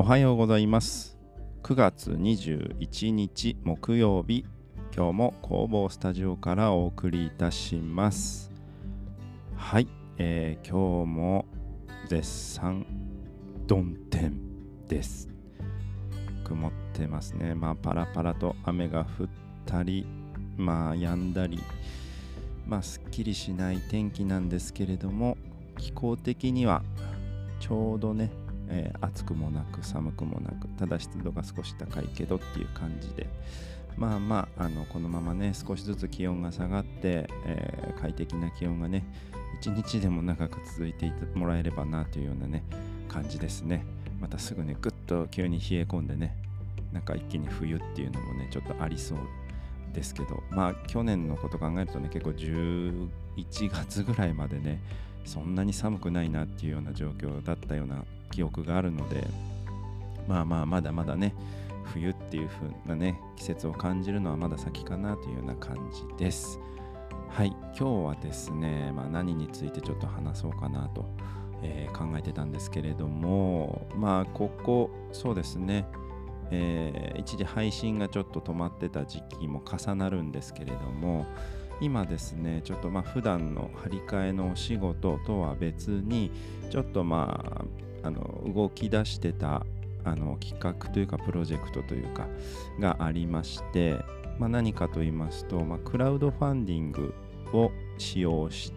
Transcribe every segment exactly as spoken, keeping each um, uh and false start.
おはようございます。くがつにじゅういちにち木曜日、今日も工房スタジオからお送りいたします。はい、えー、今日も絶賛曇天です。曇ってますね。まあパラパラと雨が降ったり、まあ止んだり、まあすっきりしない天気なんですけれども、気候的にはちょうどね、えー、暑くもなく寒くもなく、ただ湿度が少し高いけどっていう感じで、まあまあ、あのこのままね少しずつ気温が下がって、えー、快適な気温がね一日でも長く続いていてもらえればなというようなね感じですね。またすぐねぐっと急に冷え込んでね、なんか一気に冬っていうのもねちょっとありそうですけど、まあ去年のこと考えるとね結構じゅういちがつぐらいまでねそんなに寒くないなっていうような状況だったような記憶があるので、まあまあまだまだね冬っていう風なね季節を感じるのはまだ先かなというような感じです。はい、今日はですね、まあ、何についてちょっと話そうかなと、えー、考えてたんですけれども、まあここそうですね、えー、一時配信がちょっと止まってた時期も重なるんですけれども、今ですねちょっとまあ普段の張り替えのお仕事とは別にちょっとまああの動き出してたあの企画というかプロジェクトというかがありまして、まあ、何かと言いますと、まあ、クラウドファンディングを使用して、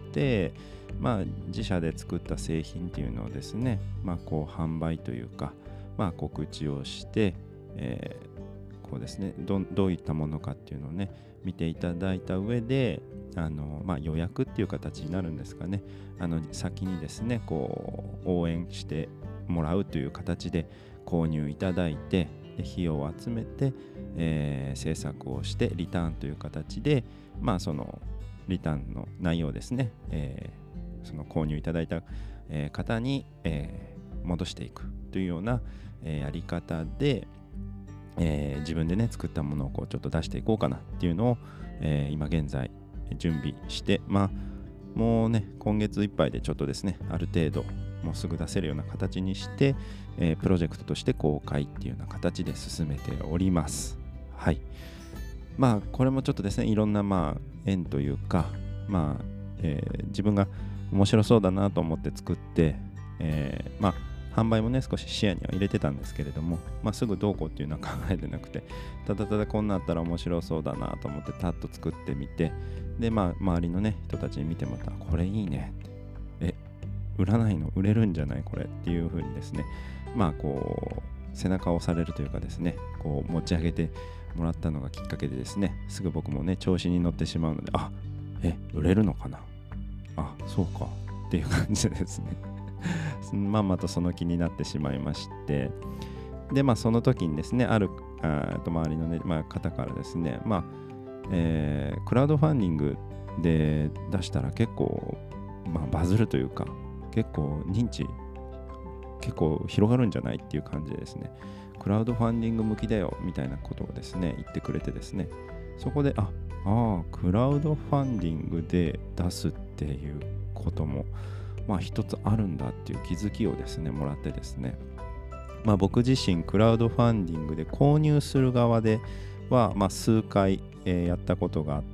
まあ、自社で作った製品っていうのをですね、まあ、こう販売というか、まあ、告知をして、えー、こうですね ど, どういったものかっていうのをね見ていただいた上であの、まあ、予約っていう形になるんですかね、あの先にですねこう応援してもらうという形で購入いただいて、で費用を集めて、えー、制作をしてリターンという形で、まあそのリターンの内容ですね、えー、その購入いただいた、えー、方に、えー、戻していくというような、えー、やり方で、えー、自分でね作ったものをこうちょっと出していこうかなっていうのを、えー、今現在準備して、まあもうね今月いっぱいでちょっとですねある程度もうすぐ出せるような形にして、えー、プロジェクトとして公開っていうような形で進めております。はい。まあこれもちょっとですねいろんなまあ縁というか、まあ、えー、自分が面白そうだなと思って作って、えー、まあ販売もね少し視野には入れてたんですけれども、まあ、すぐどうこうっていうのは考えてなくて、ただただこんなあったら面白そうだなと思ってタッと作ってみて、でまあ周りのね人たちに見てもらったらこれいいねって、え売らないの売れるんじゃないこれっていう風にですね、まあこう背中を押されるというかですね、こう持ち上げてもらったのがきっかけでですね、すぐ僕もね調子に乗ってしまうので、あえ売れるのかな、あそうかっていう感じでですねまんまとその気になってしまいまして、でまあその時にですねあるあと周りの、ねまあ、方からですね、まあえー、クラウドファンディングで出したら結構、まあ、バズるというか結構認知結構広がるんじゃないっていう感じでですね、クラウドファンディング向きだよみたいなことをですね言ってくれてですね、そこでああクラウドファンディングで出すっていうこともまあ一つあるんだっていう気づきをですねもらってですね、まあ僕自身クラウドファンディングで購入する側ではまあ数回、えー、やったことがあって、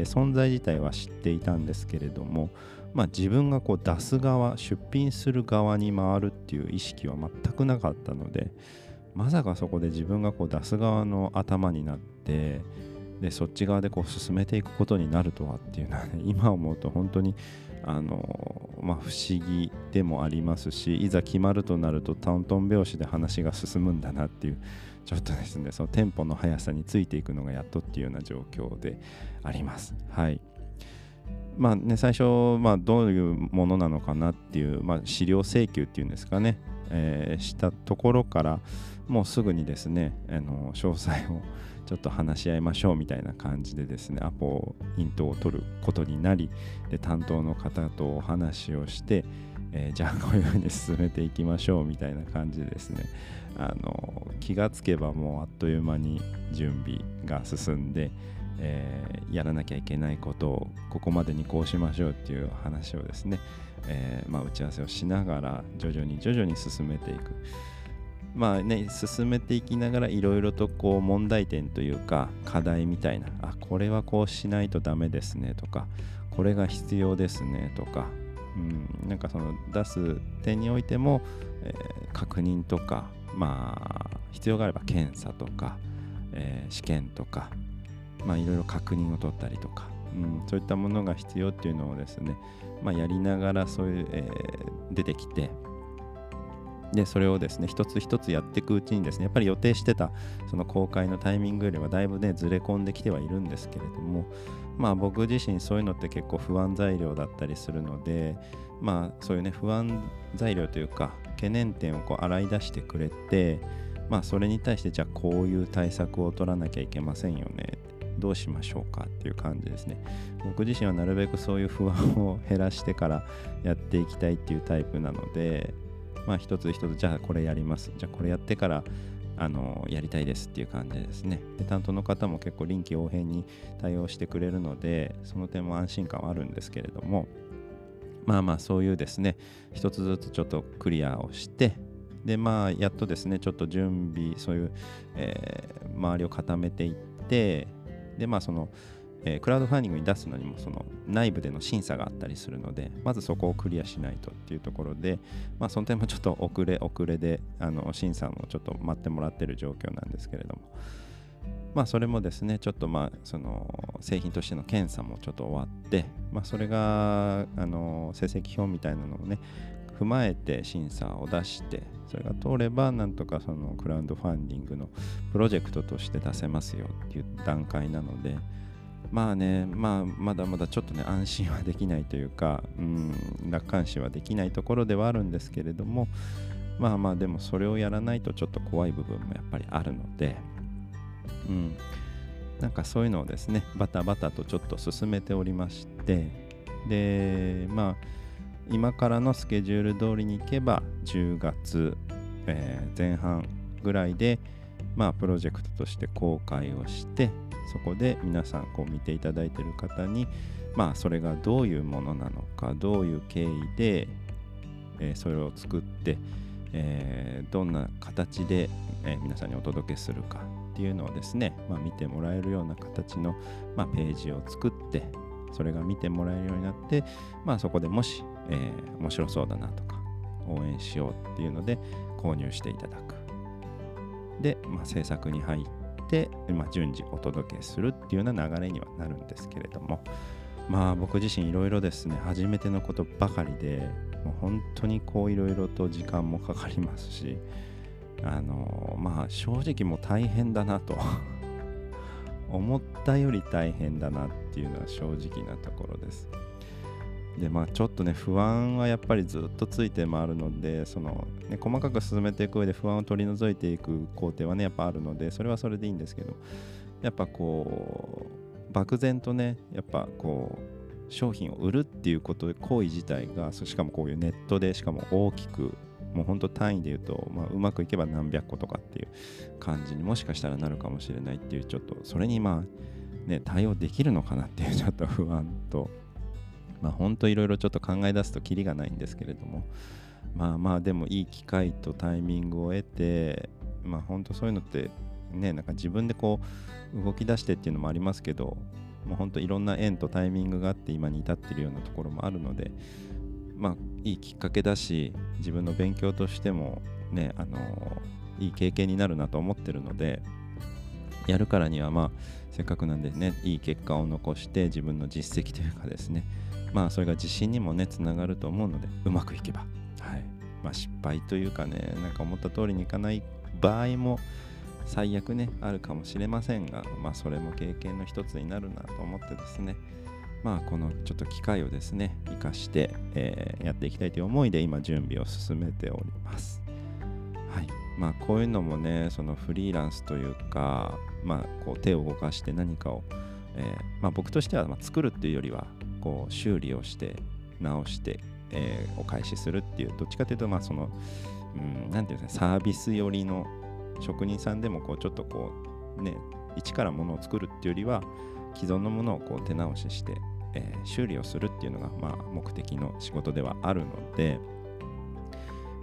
存在自体は知っていたんですけれども、まあ自分がこう出す側出品する側に回るっていう意識は全くなかったので、まさかそこで自分がこう出す側の頭になってでそっち側でこう進めていくことになるとはっていうのはね、今思うと本当にあのまあ不思議でもありますし、いざ決まるとなるとトントン拍子で話が進むんだなっていう、ちょっとですねそのテンポの速さについていくのがやっとっていうような状況であります。はい。まあね最初まあどういうものなのかなっていう、まあ、資料請求っていうんですかね、えー、したところからもうすぐにですねあの詳細をちょっと話し合いましょうみたいな感じでですねアポイントを取ることになり、で担当の方とお話をして、えー、じゃあこういうふうに進めていきましょうみたいな感じでですね、あの気がつけばもうあっという間に準備が進んで、えー、やらなきゃいけないことをここまでにこうしましょうっていう話をですね、えーまあ、打ち合わせをしながら徐々に徐々に進めていく。 まあね進めていきながらいろいろとこう問題点というか課題みたいな、あこれはこうしないとダメですねとか、これが必要ですねとか、うん、なんかその出す点においても、えー確認とか、まあ必要があれば検査とか、えー試験とか、まあいろいろ確認を取ったりとか、うん、そういったものが必要っていうのをですね、まあ、やりながらそういう、えー出てきて、でそれをですね一つ一つやっていくうちにですね、やっぱり予定してたその公開のタイミングよりはだいぶねずれ込んできてはいるんですけれども、まあ僕自身そういうのって結構不安材料だったりするので、まあそういうね不安材料というか懸念点をこう洗い出してくれて、まあそれに対してじゃあこういう対策を取らなきゃいけませんよね、どうしましょうかっていう感じですね。僕自身はなるべくそういう不安を減らしてからやっていきたいっていうタイプなので、まあ一つ一つじゃあこれやります、じゃあこれやってからあのやりたいですっていう感じですね。で担当の方も結構臨機応変に対応してくれるので、その点も安心感はあるんですけれども、まあまあそういうですね一つずつちょっとクリアをして、でまあやっとですねちょっと準備そういう、えー周りを固めていって、でまあその、えークラウドファンディングに出すのにもその内部での審査があったりするので、まずそこをクリアしないとっていうところで、まあその点もちょっと遅れ遅れであの審査もちょっと待ってもらってる状況なんですけれども、まあそれもですねちょっとまあその製品としての検査もちょっと終わって、まあそれがあの成績表みたいなのをね踏まえて審査を出して、それが通ればなんとかそのクラウドファンディングのプロジェクトとして出せますよっていう段階なので、まあね、まあまだまだちょっとね安心はできないというか、うん、楽観視はできないところではあるんですけれども、まあまあでもそれをやらないとちょっと怖い部分もやっぱりあるので、うん、なんかそういうのをですねバタバタとちょっと進めておりまして、でまあ今からのスケジュール通りに行けばじゅうがつ、えー前半ぐらいでまあプロジェクトとして公開をして、そこで皆さんこう見ていただいている方にまあそれがどういうものなのか、どういう経緯で、えーそれを作って、えーどんな形で、えー皆さんにお届けするかっていうのをですね、まあ、見てもらえるような形の、まあ、ページを作って、それが見てもらえるようになって、まあ、そこでもし、えー面白そうだなとか応援しようっていうので購入していただく。で、まあ、制作に入って、まあ、順次お届けするっていうような流れにはなるんですけれども、まあ僕自身いろいろですね初めてのことばかりで、もう本当にこういろいろと時間もかかりますし、あのまあ正直もう大変だなと思ったより大変だなっていうのは正直なところです。でまあちょっとね不安はやっぱりずっとついて回るので、その、ね、細かく進めていく上で不安を取り除いていく工程はねやっぱあるので、それはそれでいいんですけど、やっぱこう漠然とねやっぱこう商品を売るっていうことで行為自体が、しかもこういうネットでしかも大きくもう本当単位で言うと、まあ、うまくいけば何百個とかっていう感じにもしかしたらなるかもしれないっていう、ちょっとそれにまあね対応できるのかなっていうちょっと不安と、まあ本当いろいろちょっと考え出すとキリがないんですけれども、まあまあでもいい機会とタイミングを得て、まあ本当そういうのってねなんか自分でこう動き出してっていうのもありますけど、もう本当いろんな縁とタイミングがあって今に至っているようなところもあるので、まあいいきっかけだし、自分の勉強としてもねあのいい経験になるなと思ってるので、やるからにはまあせっかくなんでねいい結果を残して自分の実績というかですね、まあそれが自信にもねつながると思うので、うまくいけば、はいまあ、失敗というかねなんか思った通りにいかない場合も最悪ねあるかもしれませんが、まあそれも経験の一つになるなと思ってですね、まあこのちょっと機会をですね生かして、えーやっていきたいという思いで今準備を進めております。はい、まあこういうのもねそのフリーランスというか、まあこう手を動かして何かを、えーまあ、僕としてはまあ作るっていうよりはこう修理をして直して、えーお返しするっていう、どっちかというとまあその、うん、なんていうんですか、サービス寄りの職人さんでもこうちょっとこうね一からものを作るっていうよりは既存のものをこう手直しして、えー修理をするっていうのがまあ目的の仕事ではあるので、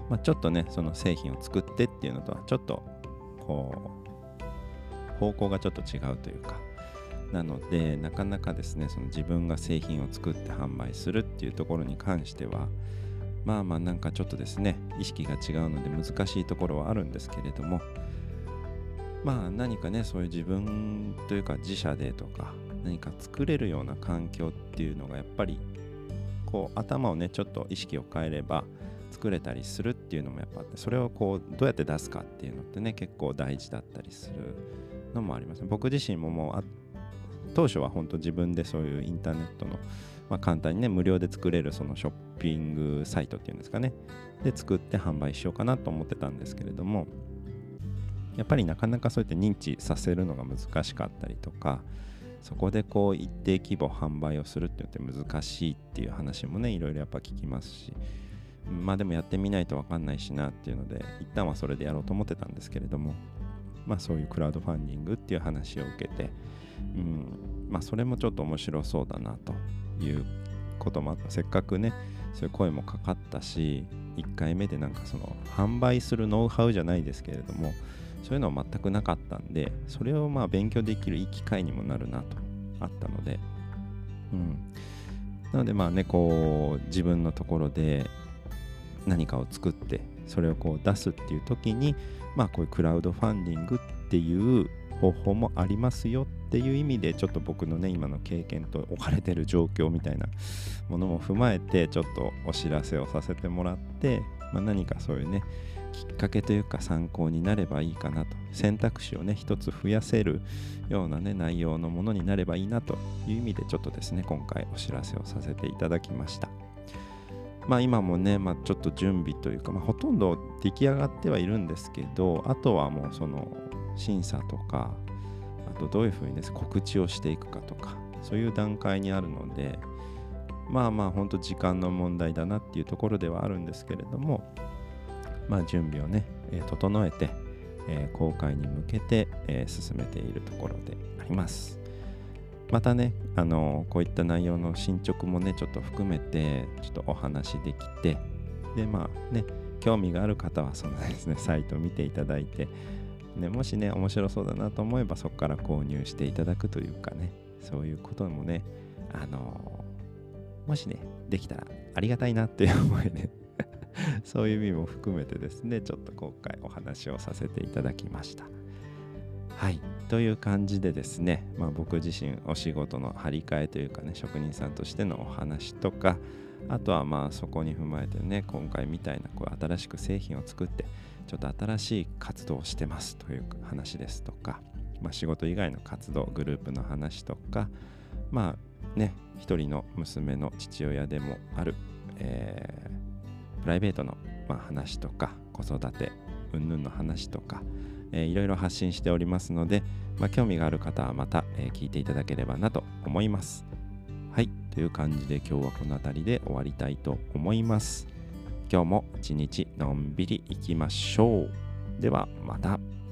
まあ、ちょっとねその製品を作ってっていうのとはちょっとこう方向がちょっと違うというか、なのでなかなかですねその自分が製品を作って販売するっていうところに関してはまあまあなんかちょっとですね意識が違うので難しいところはあるんですけれども、まあ何かねそういう自分というか自社でとか何か作れるような環境っていうのがやっぱりこう頭をねちょっと意識を変えれば作れたりするっていうのもやっぱあって、それをこうどうやって出すかっていうのってね結構大事だったりするのもあります。僕自身ももうあ当初は本当自分でそういうインターネットの、まあ、簡単にね無料で作れるそのショッピングサイトっていうんですかねで作って販売しようかなと思ってたんですけれども、やっぱりなかなかそうやって認知させるのが難しかったりとか、そこでこう一定規模販売をするっていうのって難しいっていう話もねいろいろやっぱ聞きますし、まあでもやってみないと分かんないしなっていうので一旦はそれでやろうと思ってたんですけれども、まあそういうクラウドファンディングっていう話を受けて、うんまあそれもちょっと面白そうだなということもあった。せっかくねそういう声もかかったし、いっかいめでなんかその販売するノウハウじゃないですけれどもそういうのは全くなかったんで、それをまあ勉強できるいい機会にもなるなとあったので、うんなのでまあねこう自分のところで何かを作ってそれをこう出すっていう時に、まあこういうクラウドファンディングっていう方法もありますよっていう意味で、ちょっと僕のね今の経験と置かれてる状況みたいなものも踏まえてちょっとお知らせをさせてもらって、まあ、何かそういうねきっかけというか参考になればいいかなと、選択肢をね一つ増やせるようなね内容のものになればいいなという意味でちょっとですね今回お知らせをさせていただきました。まあ今もね、まあ、ちょっと準備というか、まあ、ほとんど出来上がってはいるんですけど、あとはもうその審査とか、あとどういうふうにです告知をしていくかとか、そういう段階にあるので、まあまあ本当時間の問題だなっていうところではあるんですけれども、まあ準備をね、えー、整えて、えー、公開に向けて、えー、進めているところであります。またね、あのー、こういった内容の進捗もねちょっと含めてちょっとお話できて、でまあね興味がある方はそのですねサイトを見ていただいて、ね、もしね面白そうだなと思えばそこから購入していただくというかね、そういうこともねあのー、もしねできたらありがたいなっていう思いでそういう意味も含めてですねちょっと今回お話をさせていただきました。はいという感じでですね、まあ、僕自身お仕事の張り替えというかね職人さんとしてのお話とか、あとはまあそこに踏まえてね今回みたいなこう新しく製品を作ってちょっと新しい活動をしてますという話ですとか、まあ、仕事以外の活動グループの話とか、まあね一人の娘の父親でもある、えー、プライベートのまあ話とか子育て云々の話とか、えー、いろいろ発信しておりますので、まあ、興味がある方はまた、えー、聞いていただければなと思います。はいという感じで今日はこの辺りで終わりたいと思います。今日も一日のんびりいきましょう。ではまた。